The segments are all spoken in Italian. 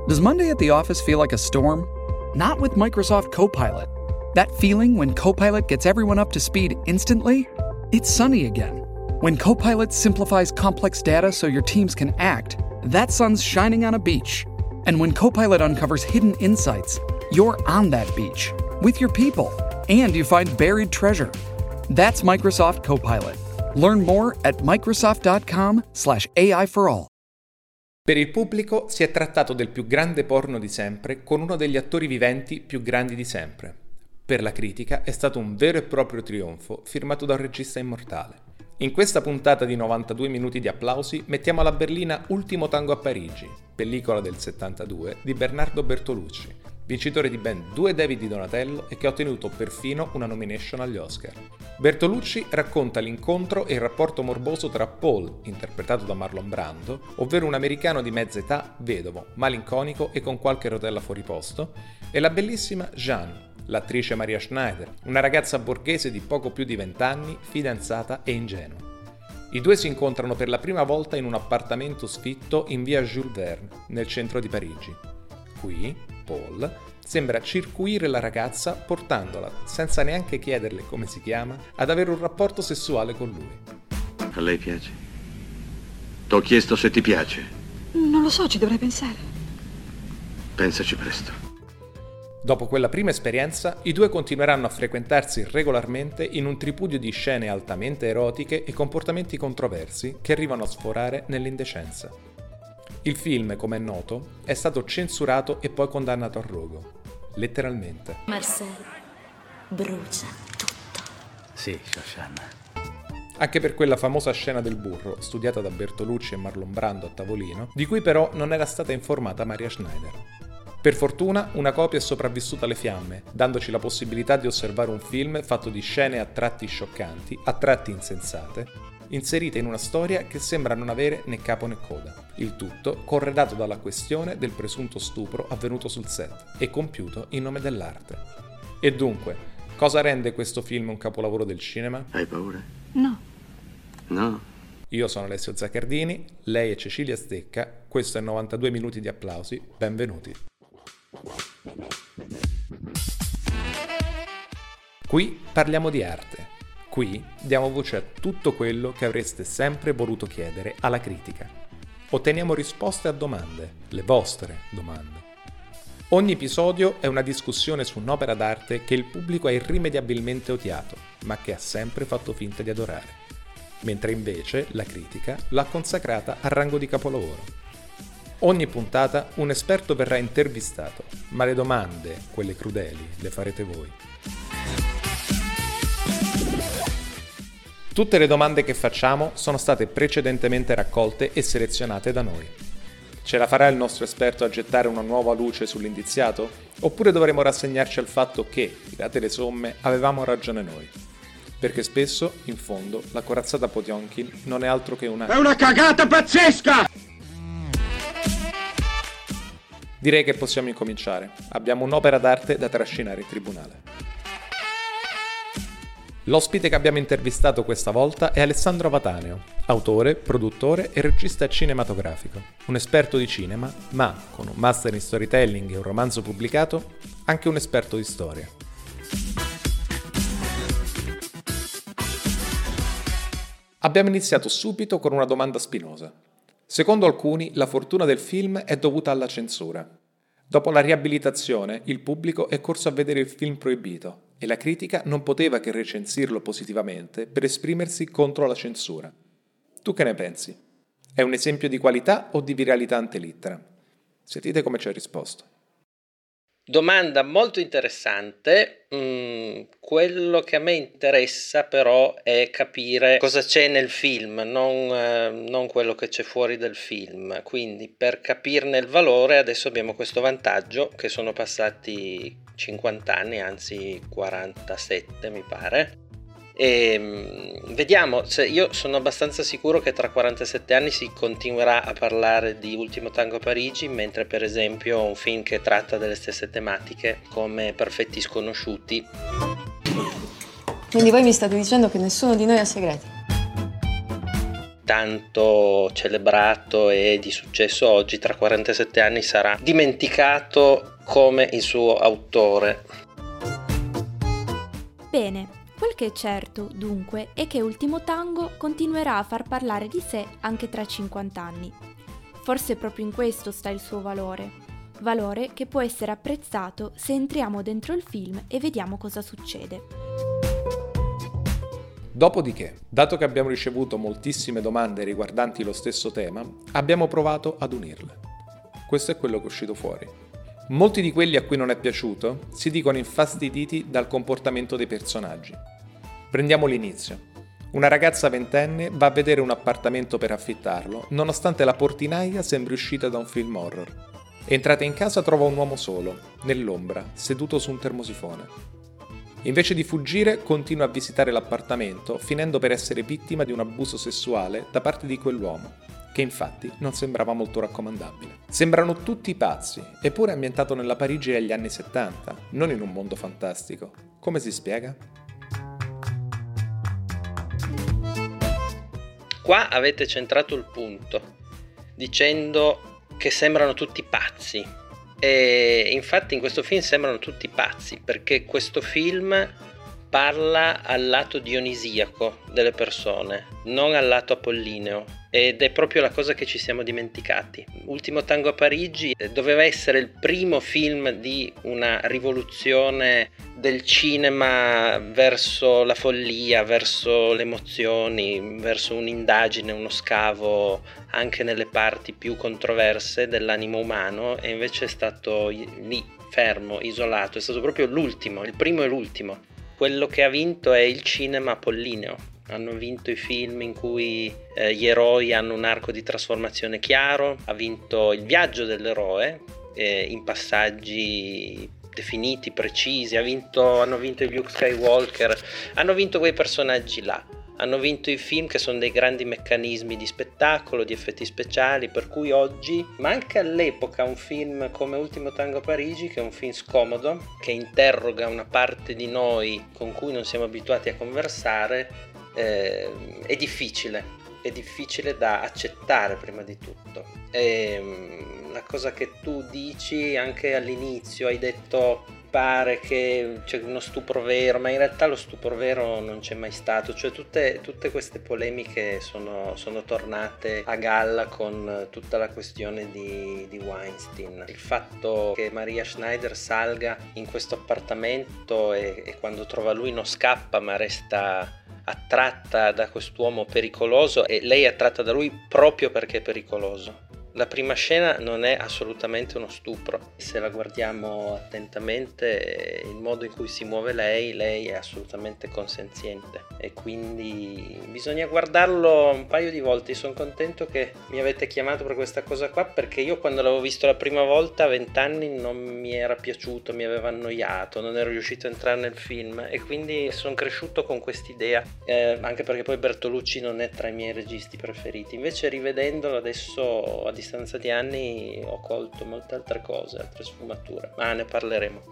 Does Monday at the office feel like a storm? Not with Microsoft Copilot. That feeling when Copilot gets everyone up to speed instantly? It's sunny again. When Copilot simplifies complex data so your teams can act, that sun's shining on a beach. And when Copilot uncovers hidden insights, you're on that beach with your people, and you find buried treasure. That's Microsoft Copilot. Learn more at Microsoft.com/AI for all. Per il pubblico si è trattato del più grande porno di sempre con uno degli attori viventi più grandi di sempre. Per la critica è stato un vero e proprio trionfo firmato da un regista immortale. In questa puntata di 92 minuti di applausi mettiamo alla berlina Ultimo tango a Parigi, pellicola del 72 di Bernardo Bertolucci, vincitore di ben 2 David di Donatello e che ha ottenuto perfino una nomination agli Oscar. Bertolucci racconta l'incontro e il rapporto morboso tra Paul, interpretato da Marlon Brando, ovvero un americano di mezza età, vedovo, malinconico e con qualche rotella fuori posto, e la bellissima Jeanne, l'attrice Maria Schneider, una ragazza borghese di poco più di 20 anni, fidanzata e ingenua. I due si incontrano per la prima volta in un appartamento sfitto in via Jules Verne, nel centro di Parigi. Qui, Paul sembra circuire la ragazza portandola, senza neanche chiederle come si chiama, ad avere un rapporto sessuale con lui. A lei piace? T'ho chiesto se ti piace. Non lo so, ci dovrei pensare. Pensaci presto. Dopo quella prima esperienza, i due continueranno a frequentarsi regolarmente in un tripudio di scene altamente erotiche e comportamenti controversi che arrivano a sforare nell'indecenza. Il film, come è noto, è stato censurato e poi condannato al rogo. Letteralmente. Marcel, brucia tutto. Sì, Shoshana. Anche per quella famosa scena del burro, studiata da Bertolucci e Marlon Brando a tavolino, di cui però non era stata informata Maria Schneider. Per fortuna, una copia è sopravvissuta alle fiamme, dandoci la possibilità di osservare un film fatto di scene a tratti scioccanti, a tratti insensate, inserite in una storia che sembra non avere né capo né coda. Il tutto corredato dalla questione del presunto stupro avvenuto sul set e compiuto in nome dell'arte. E dunque, cosa rende questo film un capolavoro del cinema? Hai paura? No. No. Io sono Alessio Zaccardini, lei è Cecilia Stecca, questo è 92 minuti di applausi, benvenuti. Qui parliamo di arte, qui diamo voce a tutto quello che avreste sempre voluto chiedere alla critica. Otteniamo risposte a domande, le vostre domande. Ogni episodio è una discussione su un'opera d'arte che il pubblico ha irrimediabilmente odiato, ma che ha sempre fatto finta di adorare, mentre invece la critica l'ha consacrata al rango di capolavoro. Ogni puntata un esperto verrà intervistato, ma le domande, quelle crudeli, le farete voi. Tutte le domande che facciamo sono state precedentemente raccolte e selezionate da noi. Ce la farà il nostro esperto a gettare una nuova luce sull'indiziato? Oppure dovremo rassegnarci al fatto che, tirate le somme, avevamo ragione noi? Perché spesso, in fondo, la corazzata Potionkin non è altro che una... È una cagata pazzesca! Direi che possiamo incominciare. Abbiamo un'opera d'arte da trascinare in tribunale. L'ospite che abbiamo intervistato questa volta è Alessandro Vataneo, autore, produttore e regista cinematografico. Un esperto di cinema, ma con un master in storytelling e un romanzo pubblicato, anche un esperto di storia. Abbiamo iniziato subito con una domanda spinosa. Secondo alcuni, la fortuna del film è dovuta alla censura. Dopo la riabilitazione, il pubblico è corso a vedere il film proibito e la critica non poteva che recensirlo positivamente per esprimersi contro la censura. Tu che ne pensi? È un esempio di qualità o di viralità antelittera? Sentite come ci ha risposto. Domanda molto interessante. Quello che a me interessa però è capire cosa c'è nel film, non quello che c'è fuori dal film. Quindi per capirne il valore adesso abbiamo questo vantaggio che sono passati 50 anni, anzi 47 mi pare. E vediamo, io sono abbastanza sicuro che tra 47 anni si continuerà a parlare di Ultimo tango a Parigi, mentre per esempio un film che tratta delle stesse tematiche come Perfetti sconosciuti. Quindi voi mi state dicendo che nessuno di noi ha segreti? tanto celebrato e di successo oggi, tra 47 anni sarà dimenticato come il suo autore. Bene, quel che è certo, dunque, è che Ultimo Tango continuerà a far parlare di sé anche tra 50 anni. Forse proprio in questo sta il suo valore che può essere apprezzato se entriamo dentro il film e vediamo cosa succede. Dopodiché, dato che abbiamo ricevuto moltissime domande riguardanti lo stesso tema, abbiamo provato ad unirle. Questo è quello che è uscito fuori. Molti di quelli a cui non è piaciuto si dicono infastiditi dal comportamento dei personaggi. Prendiamo l'inizio. Una ragazza ventenne va a vedere un appartamento per affittarlo, nonostante la portinaia sembri uscita da un film horror. Entrata in casa trova un uomo solo, nell'ombra, seduto su un termosifone. Invece di fuggire, continua a visitare l'appartamento, finendo per essere vittima di un abuso sessuale da parte di quell'uomo, che infatti non sembrava molto raccomandabile. Sembrano tutti pazzi, eppure è ambientato nella Parigi degli anni 70, non in un mondo fantastico. Come si spiega? Qua avete centrato il punto, dicendo che sembrano tutti pazzi, e infatti in questo film sembrano tutti pazzi, perché questo film parla al lato dionisiaco delle persone, non al lato apollineo, ed è proprio la cosa che ci siamo dimenticati. Ultimo Tango a Parigi doveva essere il primo film di una rivoluzione del cinema verso la follia, verso le emozioni, verso un'indagine, uno scavo anche nelle parti più controverse dell'animo umano, e invece è stato lì, fermo, isolato, è stato proprio l'ultimo, il primo e l'ultimo. Quello che ha vinto è il cinema apollineo. Hanno vinto i film in cui gli eroi hanno un arco di trasformazione chiaro, ha vinto il viaggio dell'eroe in passaggi definiti, precisi, hanno vinto il Luke Skywalker, hanno vinto quei personaggi là, hanno vinto i film che sono dei grandi meccanismi di spettacolo, di effetti speciali, per cui oggi, ma anche all'epoca, un film come Ultimo Tango a Parigi, che è un film scomodo, che interroga una parte di noi con cui non siamo abituati a conversare, è difficile da accettare prima di tutto. La cosa che tu dici anche all'inizio, hai detto pare che c'è uno stupro vero, ma in realtà lo stupro vero non c'è mai stato, cioè tutte queste polemiche sono tornate a galla con tutta la questione di Weinstein. Il fatto che Maria Schneider salga in questo appartamento e quando trova lui non scappa ma resta attratta da quest'uomo pericoloso, e lei è attratta da lui proprio perché è pericoloso. La prima scena non è assolutamente uno stupro. Se la guardiamo attentamente, il modo in cui si muove lei è assolutamente consenziente, e quindi bisogna guardarlo un paio di volte. Sono contento che mi avete chiamato per questa cosa qua, perché io quando l'avevo visto la prima volta a 20 anni non mi era piaciuto, mi aveva annoiato, non ero riuscito a entrare nel film, e quindi sono cresciuto con quest'idea, anche perché poi Bertolucci non è tra i miei registi preferiti. Invece rivedendolo adesso a distanza di anni ho colto molte altre cose, altre sfumature, ma ne parleremo.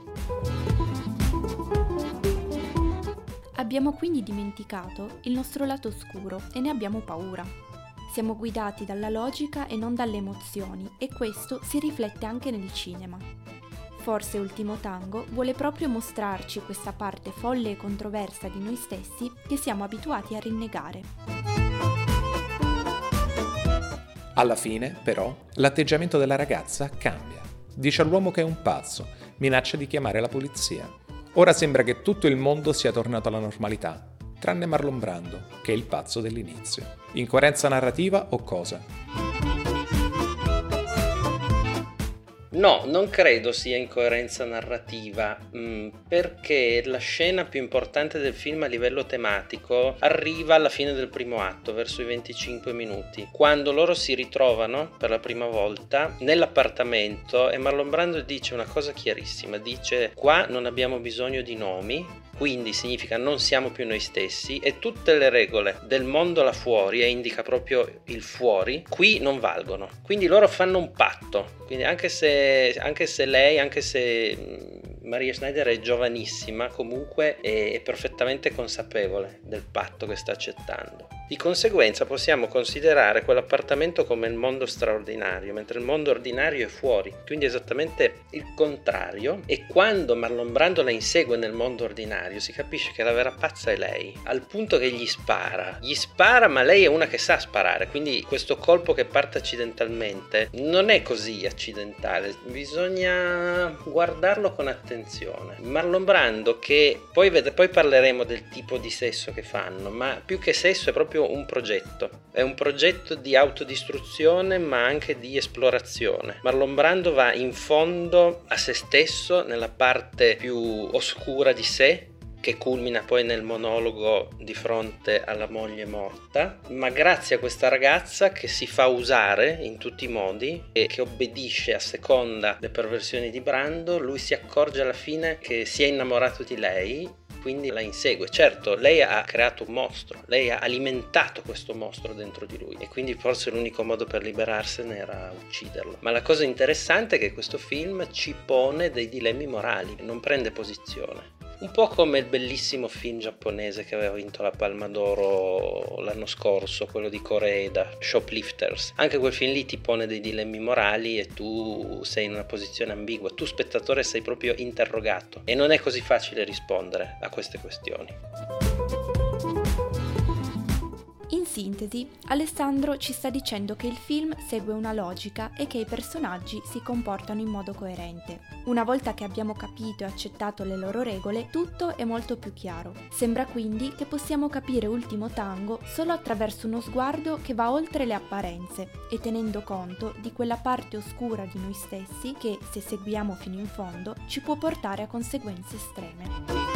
Abbiamo quindi dimenticato il nostro lato oscuro e ne abbiamo paura. Siamo guidati dalla logica e non dalle emozioni, e questo si riflette anche nel cinema. Forse Ultimo Tango vuole proprio mostrarci questa parte folle e controversa di noi stessi che siamo abituati a rinnegare. Alla fine, però, l'atteggiamento della ragazza cambia. Dice all'uomo che è un pazzo, minaccia di chiamare la polizia. Ora sembra che tutto il mondo sia tornato alla normalità, tranne Marlon Brando, che è il pazzo dell'inizio. Incoerenza narrativa o cosa? No, non credo sia incoerenza narrativa, perché la scena più importante del film a livello tematico arriva alla fine del primo atto, verso i 25 minuti, quando loro si ritrovano per la prima volta nell'appartamento e Marlon Brando dice una cosa chiarissima, dice: qua non abbiamo bisogno di nomi, quindi significa non siamo più noi stessi, e tutte le regole del mondo là fuori, e indica proprio il fuori, qui non valgono. Quindi loro fanno un patto, quindi anche se lei, anche se Maria Schneider è giovanissima, comunque è perfettamente consapevole del patto che sta accettando. Di conseguenza possiamo considerare quell'appartamento come il mondo straordinario, mentre il mondo ordinario è fuori, quindi esattamente il contrario. E quando Marlon Brando la insegue nel mondo ordinario si capisce che la vera pazza è lei, al punto che gli spara, ma lei è una che sa sparare, quindi questo colpo che parte accidentalmente non è così accidentale, bisogna guardarlo con attenzione. Marlon Brando, che poi parleremo del tipo di sesso che fanno, ma più che sesso è proprio un progetto, è un progetto di autodistruzione ma anche di esplorazione. Marlon Brando va in fondo a se stesso, nella parte più oscura di sé, che culmina poi nel monologo di fronte alla moglie morta, ma grazie a questa ragazza che si fa usare in tutti i modi e che obbedisce a seconda le perversioni di Brando, lui si accorge alla fine che si è innamorato di lei, quindi la insegue. Certo, lei ha creato un mostro, lei ha alimentato questo mostro dentro di lui e quindi forse l'unico modo per liberarsene era ucciderlo. Ma la cosa interessante è che questo film ci pone dei dilemmi morali, non prende posizione. Un po' come il bellissimo film giapponese che aveva vinto la Palma d'Oro l'anno scorso, quello di Koreeda, Shoplifters. Anche quel film lì ti pone dei dilemmi morali e tu sei in una posizione ambigua. Tu spettatore sei proprio interrogato e non è così facile rispondere a queste questioni. In sintesi, Alessandro ci sta dicendo che il film segue una logica e che i personaggi si comportano in modo coerente. Una volta che abbiamo capito e accettato le loro regole, tutto è molto più chiaro. Sembra quindi che possiamo capire Ultimo Tango solo attraverso uno sguardo che va oltre le apparenze e tenendo conto di quella parte oscura di noi stessi che, se seguiamo fino in fondo, ci può portare a conseguenze estreme.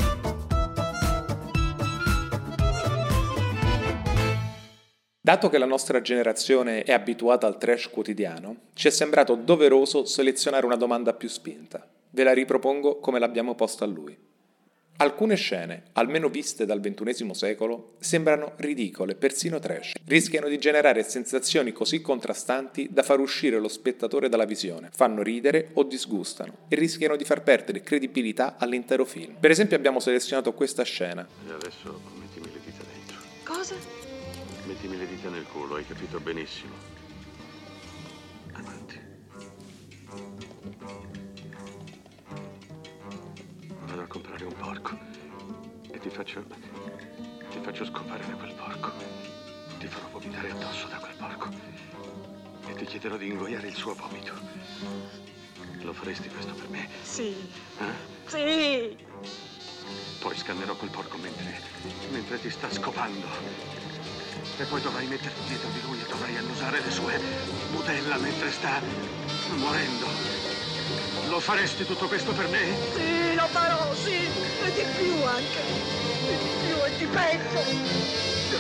Dato che la nostra generazione è abituata al trash quotidiano, ci è sembrato doveroso selezionare una domanda più spinta. Ve la ripropongo come l'abbiamo posta a lui. Alcune scene, almeno viste dal XXI secolo, sembrano ridicole, persino trash. Rischiano di generare sensazioni così contrastanti da far uscire lo spettatore dalla visione. Fanno ridere o disgustano e rischiano di far perdere credibilità all'intero film. Per esempio abbiamo selezionato questa scena. E adesso mettimi le dita dentro. Cosa? Mettimi le dita nel culo, hai capito benissimo. Avanti. Vado a comprare un porco e ti faccio scopare da quel porco. Ti farò vomitare addosso da quel porco e ti chiederò di ingoiare il suo vomito. Lo faresti questo per me? Sì. Sì! Poi scannerò quel porco mentre ti sta scopando. E poi dovrai metterti dietro di lui e dovrai annusare le sue budella mentre sta morendo. Lo faresti tutto questo per me? Sì, lo farò, sì. E di più anche. Di più e di peggio.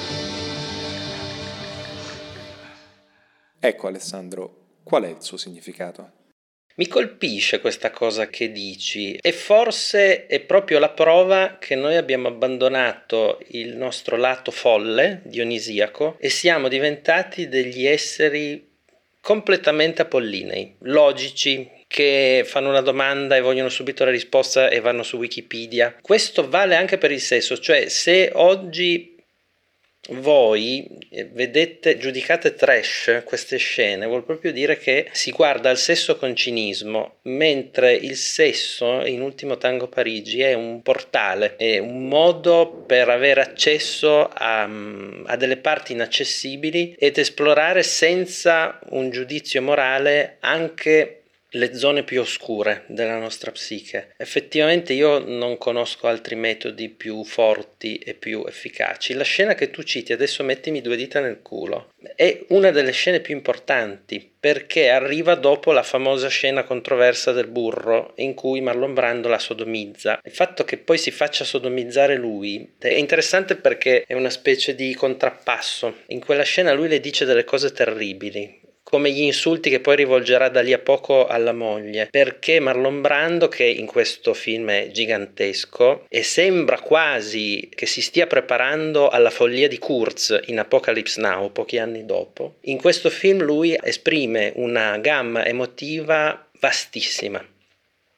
Ecco Alessandro, qual è il suo significato? Mi colpisce questa cosa che dici e forse è proprio la prova che noi abbiamo abbandonato il nostro lato folle, dionisiaco, e siamo diventati degli esseri completamente apollinei, logici, che fanno una domanda e vogliono subito la risposta e vanno su Wikipedia. Questo vale anche per il sesso, cioè se oggi voi giudicate trash queste scene, vuol proprio dire che si guarda al sesso con cinismo, mentre il sesso in Ultimo Tango Parigi è un portale, è un modo per avere accesso a delle parti inaccessibili ed esplorare senza un giudizio morale anche le zone più oscure della nostra psiche. Effettivamente io non conosco altri metodi più forti e più efficaci. La scena che tu citi, adesso mettimi due dita nel culo, è una delle scene più importanti perché arriva dopo la famosa scena controversa del burro in cui Marlon Brando la sodomizza. Il fatto che poi si faccia sodomizzare lui è interessante perché è una specie di contrappasso. In quella scena lui le dice delle cose terribili, come gli insulti che poi rivolgerà da lì a poco alla moglie, perché Marlon Brando, che in questo film è gigantesco e sembra quasi che si stia preparando alla follia di Kurz in Apocalypse Now pochi anni dopo, in questo film lui esprime una gamma emotiva vastissima,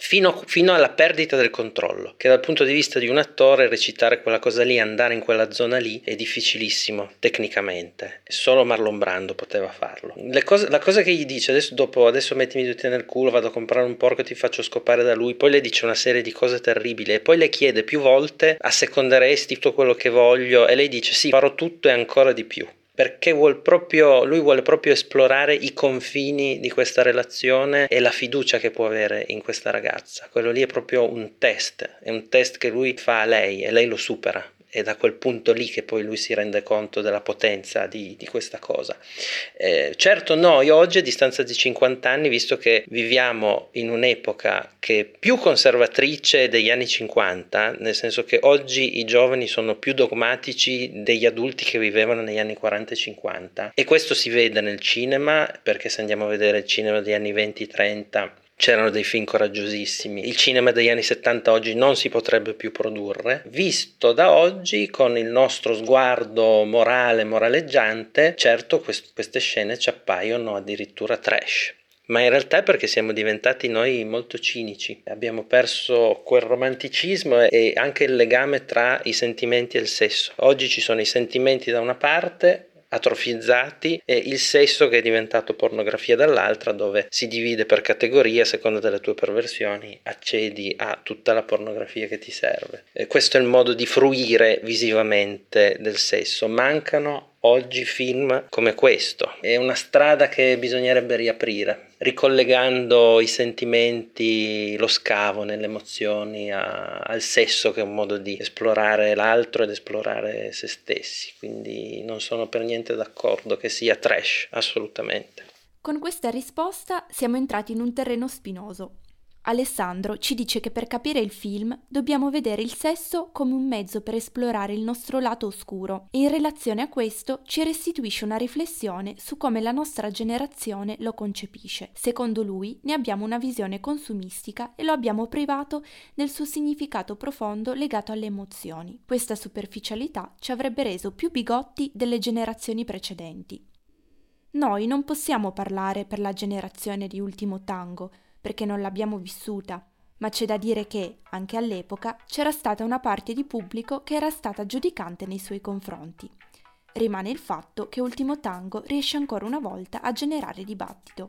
fino alla perdita del controllo, che dal punto di vista di un attore recitare quella cosa lì, andare in quella zona lì è difficilissimo tecnicamente, solo Marlon Brando poteva farlo. La cosa che gli dice adesso mettimi i denti nel culo, vado a comprare un porco e ti faccio scopare da lui, poi le dice una serie di cose terribili e poi le chiede più volte: asseconderesti tutto quello che voglio? E lei dice sì, farò tutto e ancora di più, perché lui vuole proprio esplorare i confini di questa relazione e la fiducia che può avere in questa ragazza. Quello lì è proprio un test che lui fa a lei e lei lo supera. È da quel punto lì che poi lui si rende conto della potenza di questa cosa. Certo noi oggi, a distanza di 50 anni, visto che viviamo in un'epoca che è più conservatrice degli anni 50, nel senso che oggi i giovani sono più dogmatici degli adulti che vivevano negli anni 40 e 50, e questo si vede nel cinema, perché se andiamo a vedere il cinema degli anni 20-30 c'erano dei film coraggiosissimi. Il cinema degli anni 70 oggi non si potrebbe più produrre. Visto da oggi, con il nostro sguardo moraleggiante, certo queste scene ci appaiono addirittura trash. Ma in realtà è perché siamo diventati noi molto cinici. Abbiamo perso quel romanticismo e anche il legame tra i sentimenti e il sesso. Oggi ci sono i sentimenti da una parte, atrofizzati, e il sesso che è diventato pornografia dall'altra, dove si divide per categorie a seconda delle tue perversioni, accedi a tutta la pornografia che ti serve. E questo è il modo di fruire visivamente del sesso. Mancano oggi film come questo. È una strada che bisognerebbe riaprire, ricollegando i sentimenti, lo scavo nelle emozioni al sesso, che è un modo di esplorare l'altro ed esplorare se stessi. Quindi non sono per niente d'accordo che sia trash, assolutamente. Con questa risposta siamo entrati in un terreno spinoso. Alessandro ci dice che per capire il film dobbiamo vedere il sesso come un mezzo per esplorare il nostro lato oscuro, e in relazione a questo ci restituisce una riflessione su come la nostra generazione lo concepisce. Secondo lui ne abbiamo una visione consumistica e lo abbiamo privato del suo significato profondo legato alle emozioni. Questa superficialità ci avrebbe reso più bigotti delle generazioni precedenti. Noi non possiamo parlare per la generazione di Ultimo Tango, perché non l'abbiamo vissuta, ma c'è da dire che, anche all'epoca, c'era stata una parte di pubblico che era stata giudicante nei suoi confronti. Rimane il fatto che Ultimo Tango riesce ancora una volta a generare dibattito.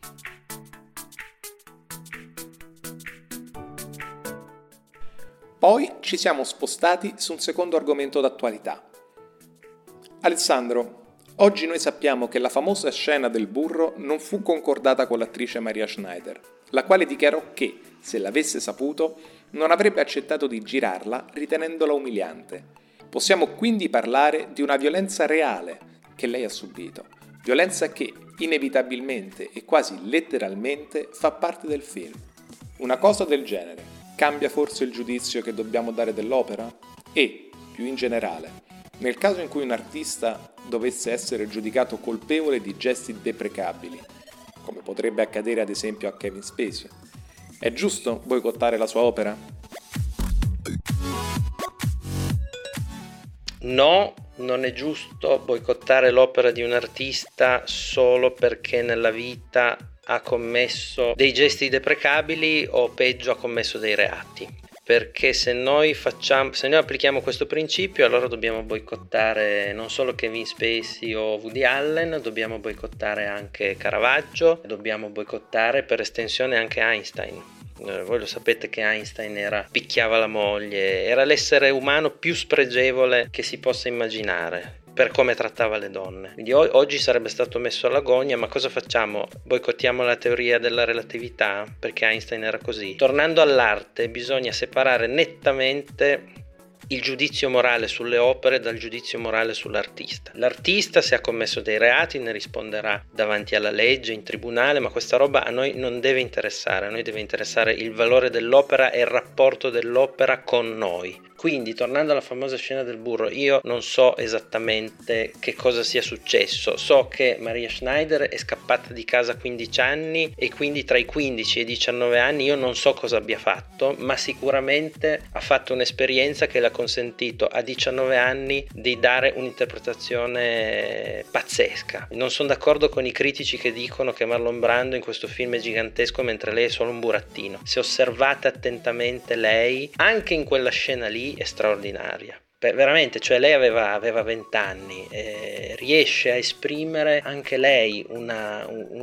Poi ci siamo spostati su un secondo argomento d'attualità. Alessandro, oggi noi sappiamo che la famosa scena del burro non fu concordata con l'attrice Maria Schneider, la quale dichiarò che, se l'avesse saputo, non avrebbe accettato di girarla ritenendola umiliante. Possiamo quindi parlare di una violenza reale che lei ha subito, violenza che, inevitabilmente e quasi letteralmente, fa parte del film. Una cosa del genere cambia forse il giudizio che dobbiamo dare dell'opera? E, più in generale, nel caso in cui un artista dovesse essere giudicato colpevole di gesti deprecabili, come potrebbe accadere ad esempio a Kevin Spacey, è giusto boicottare la sua opera? No, non è giusto boicottare l'opera di un artista solo perché nella vita ha commesso dei gesti deprecabili o peggio ha commesso dei reati. Perché se noi applichiamo questo principio, allora dobbiamo boicottare non solo Kevin Spacey o Woody Allen, dobbiamo boicottare anche Caravaggio, dobbiamo boicottare per estensione anche Einstein. Voi lo sapete che Einstein picchiava la moglie, era l'essere umano più spregevole che si possa immaginare per come trattava le donne. Quindi oggi sarebbe stato messo alla gogna, ma cosa facciamo? Boicottiamo la teoria della relatività perché Einstein era così? Tornando all'arte, bisogna separare nettamente il giudizio morale sulle opere dal giudizio morale sull'artista. L'artista, se ha commesso dei reati, ne risponderà davanti alla legge, in tribunale, ma questa roba a noi non deve interessare. A noi deve interessare il valore dell'opera e il rapporto dell'opera con noi. Quindi, tornando alla famosa scena del burro, io non so esattamente che cosa sia successo. So che Maria Schneider è scappata di casa a 15 anni e quindi tra i 15 e i 19 anni io non so cosa abbia fatto, ma sicuramente ha fatto un'esperienza che le ha consentito a 19 anni di dare un'interpretazione pazzesca. Non sono d'accordo con i critici che dicono che Marlon Brando in questo film è gigantesco mentre lei è solo un burattino. Se osservate attentamente lei, anche in quella scena lì, è straordinaria. Veramente, cioè lei aveva 20 anni, riesce a esprimere anche lei una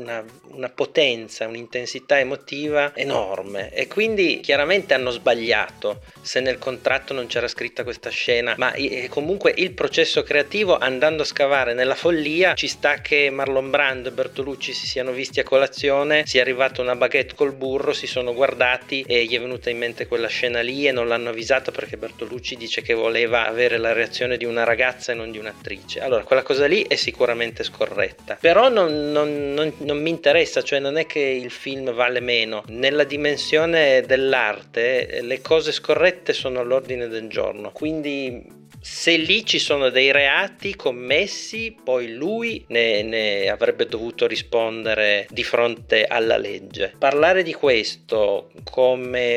potenza, un'intensità emotiva enorme, e quindi chiaramente hanno sbagliato se nel contratto non c'era scritta questa scena, ma comunque il processo creativo, andando a scavare nella follia, ci sta che Marlon Brando e Bertolucci si siano visti a colazione, sia arrivata una baguette col burro, si sono guardati e gli è venuta in mente quella scena lì e non l'hanno avvisato perché Bertolucci dice che voleva avere la reazione di una ragazza e non di un'attrice. Allora quella cosa lì è sicuramente scorretta, però non mi interessa, cioè non è che il film vale meno. Nella dimensione dell'arte le cose scorrette sono all'ordine del giorno, quindi se lì ci sono dei reati commessi, poi lui ne avrebbe dovuto rispondere di fronte alla legge. Parlare di questo come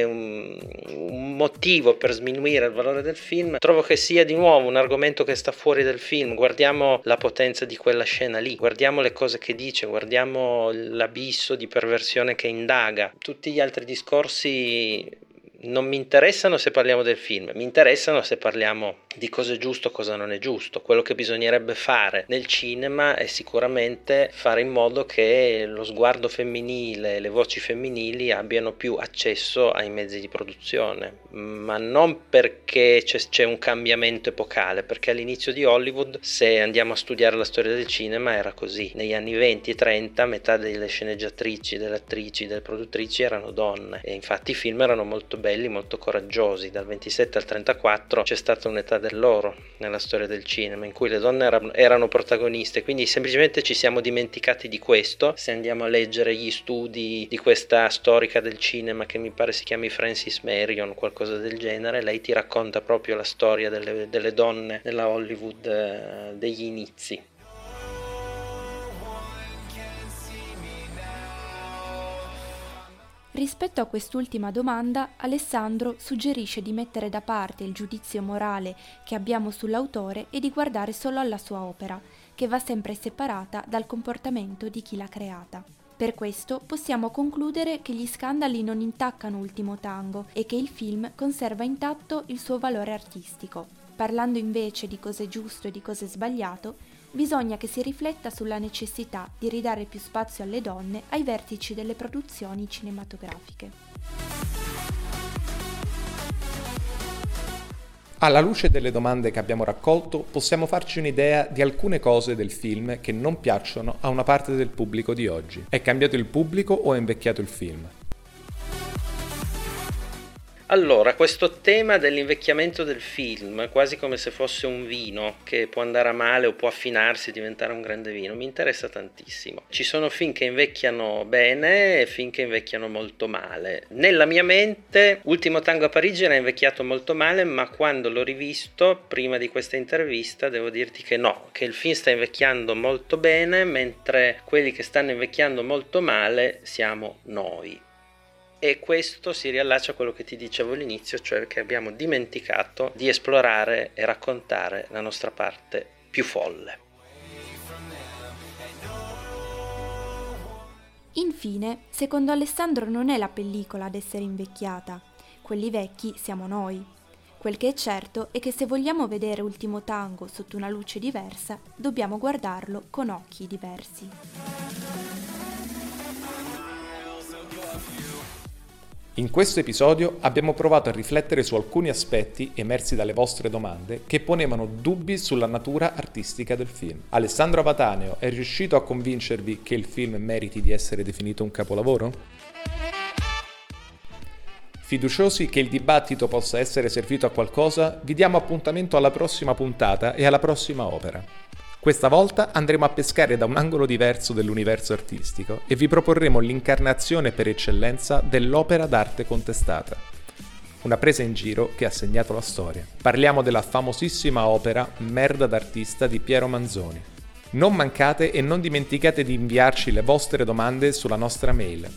un motivo per sminuire il valore del film trovo che sia di nuovo un argomento che sta fuori del film. Guardiamo la potenza di quella scena lì, guardiamo le cose che dice, guardiamo l'abisso di perversione che indaga. Tutti gli altri discorsi non mi interessano se parliamo del film, mi interessano se parliamo di cosa è giusto, cosa non è giusto. Quello che bisognerebbe fare nel cinema è sicuramente fare in modo che lo sguardo femminile, le voci femminili abbiano più accesso ai mezzi di produzione, ma non perché c'è un cambiamento epocale, perché all'inizio di Hollywood, se andiamo a studiare la storia del cinema, era così. Negli anni 20 e 30 metà delle sceneggiatrici, delle attrici, delle produttrici erano donne, e infatti i film erano molto belli, molto coraggiosi. Dal 27 al 34 c'è stata un'età dell'oro nella storia del cinema in cui le donne erano protagoniste, quindi semplicemente ci siamo dimenticati di questo. Se andiamo a leggere gli studi di questa storica del cinema che mi pare si chiami Frances Marion, qualcosa del genere, lei ti racconta proprio la storia delle donne nella Hollywood degli inizi. Rispetto a quest'ultima domanda, Alessandro suggerisce di mettere da parte il giudizio morale che abbiamo sull'autore e di guardare solo alla sua opera, che va sempre separata dal comportamento di chi l'ha creata. Per questo possiamo concludere che gli scandali non intaccano Ultimo Tango e che il film conserva intatto il suo valore artistico. Parlando invece di cosa è giusto e di cosa è sbagliato, bisogna che si rifletta sulla necessità di ridare più spazio alle donne ai vertici delle produzioni cinematografiche. Alla luce delle domande che abbiamo raccolto, possiamo farci un'idea di alcune cose del film che non piacciono a una parte del pubblico di oggi. È cambiato il pubblico o è invecchiato il film? Allora, questo tema dell'invecchiamento del film, quasi come se fosse un vino che può andare a male o può affinarsi e diventare un grande vino, mi interessa tantissimo. Ci sono film che invecchiano bene e film che invecchiano molto male. Nella mia mente, Ultimo Tango a Parigi era invecchiato molto male, ma quando l'ho rivisto, prima di questa intervista, devo dirti che no, che il film sta invecchiando molto bene, mentre quelli che stanno invecchiando molto male siamo noi. E questo si riallaccia a quello che ti dicevo all'inizio, cioè che abbiamo dimenticato di esplorare e raccontare la nostra parte più folle. Infine, secondo Alessandro non è la pellicola ad essere invecchiata, quelli vecchi siamo noi. Quel che è certo è che se vogliamo vedere Ultimo Tango sotto una luce diversa, dobbiamo guardarlo con occhi diversi. In questo episodio abbiamo provato a riflettere su alcuni aspetti emersi dalle vostre domande che ponevano dubbi sulla natura artistica del film. Alessandro Avataneo è riuscito a convincervi che il film meriti di essere definito un capolavoro? Fiduciosi che il dibattito possa essere servito a qualcosa, vi diamo appuntamento alla prossima puntata e alla prossima opera. Questa volta andremo a pescare da un angolo diverso dell'universo artistico e vi proporremo l'incarnazione per eccellenza dell'opera d'arte contestata. una presa in giro che ha segnato la storia. Parliamo della famosissima opera Merda d'artista di Piero Manzoni. Non mancate e non dimenticate di inviarci le vostre domande sulla nostra mail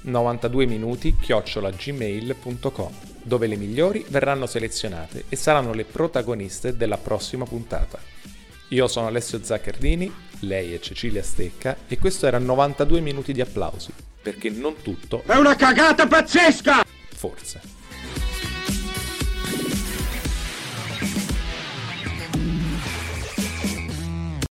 92minuti@gmail.com, dove le migliori verranno selezionate e saranno le protagoniste della prossima puntata. Io sono Alessio Zaccardini, lei è Cecilia Stecca e questo era 92 minuti di applausi, perché non tutto è una cagata pazzesca! forse.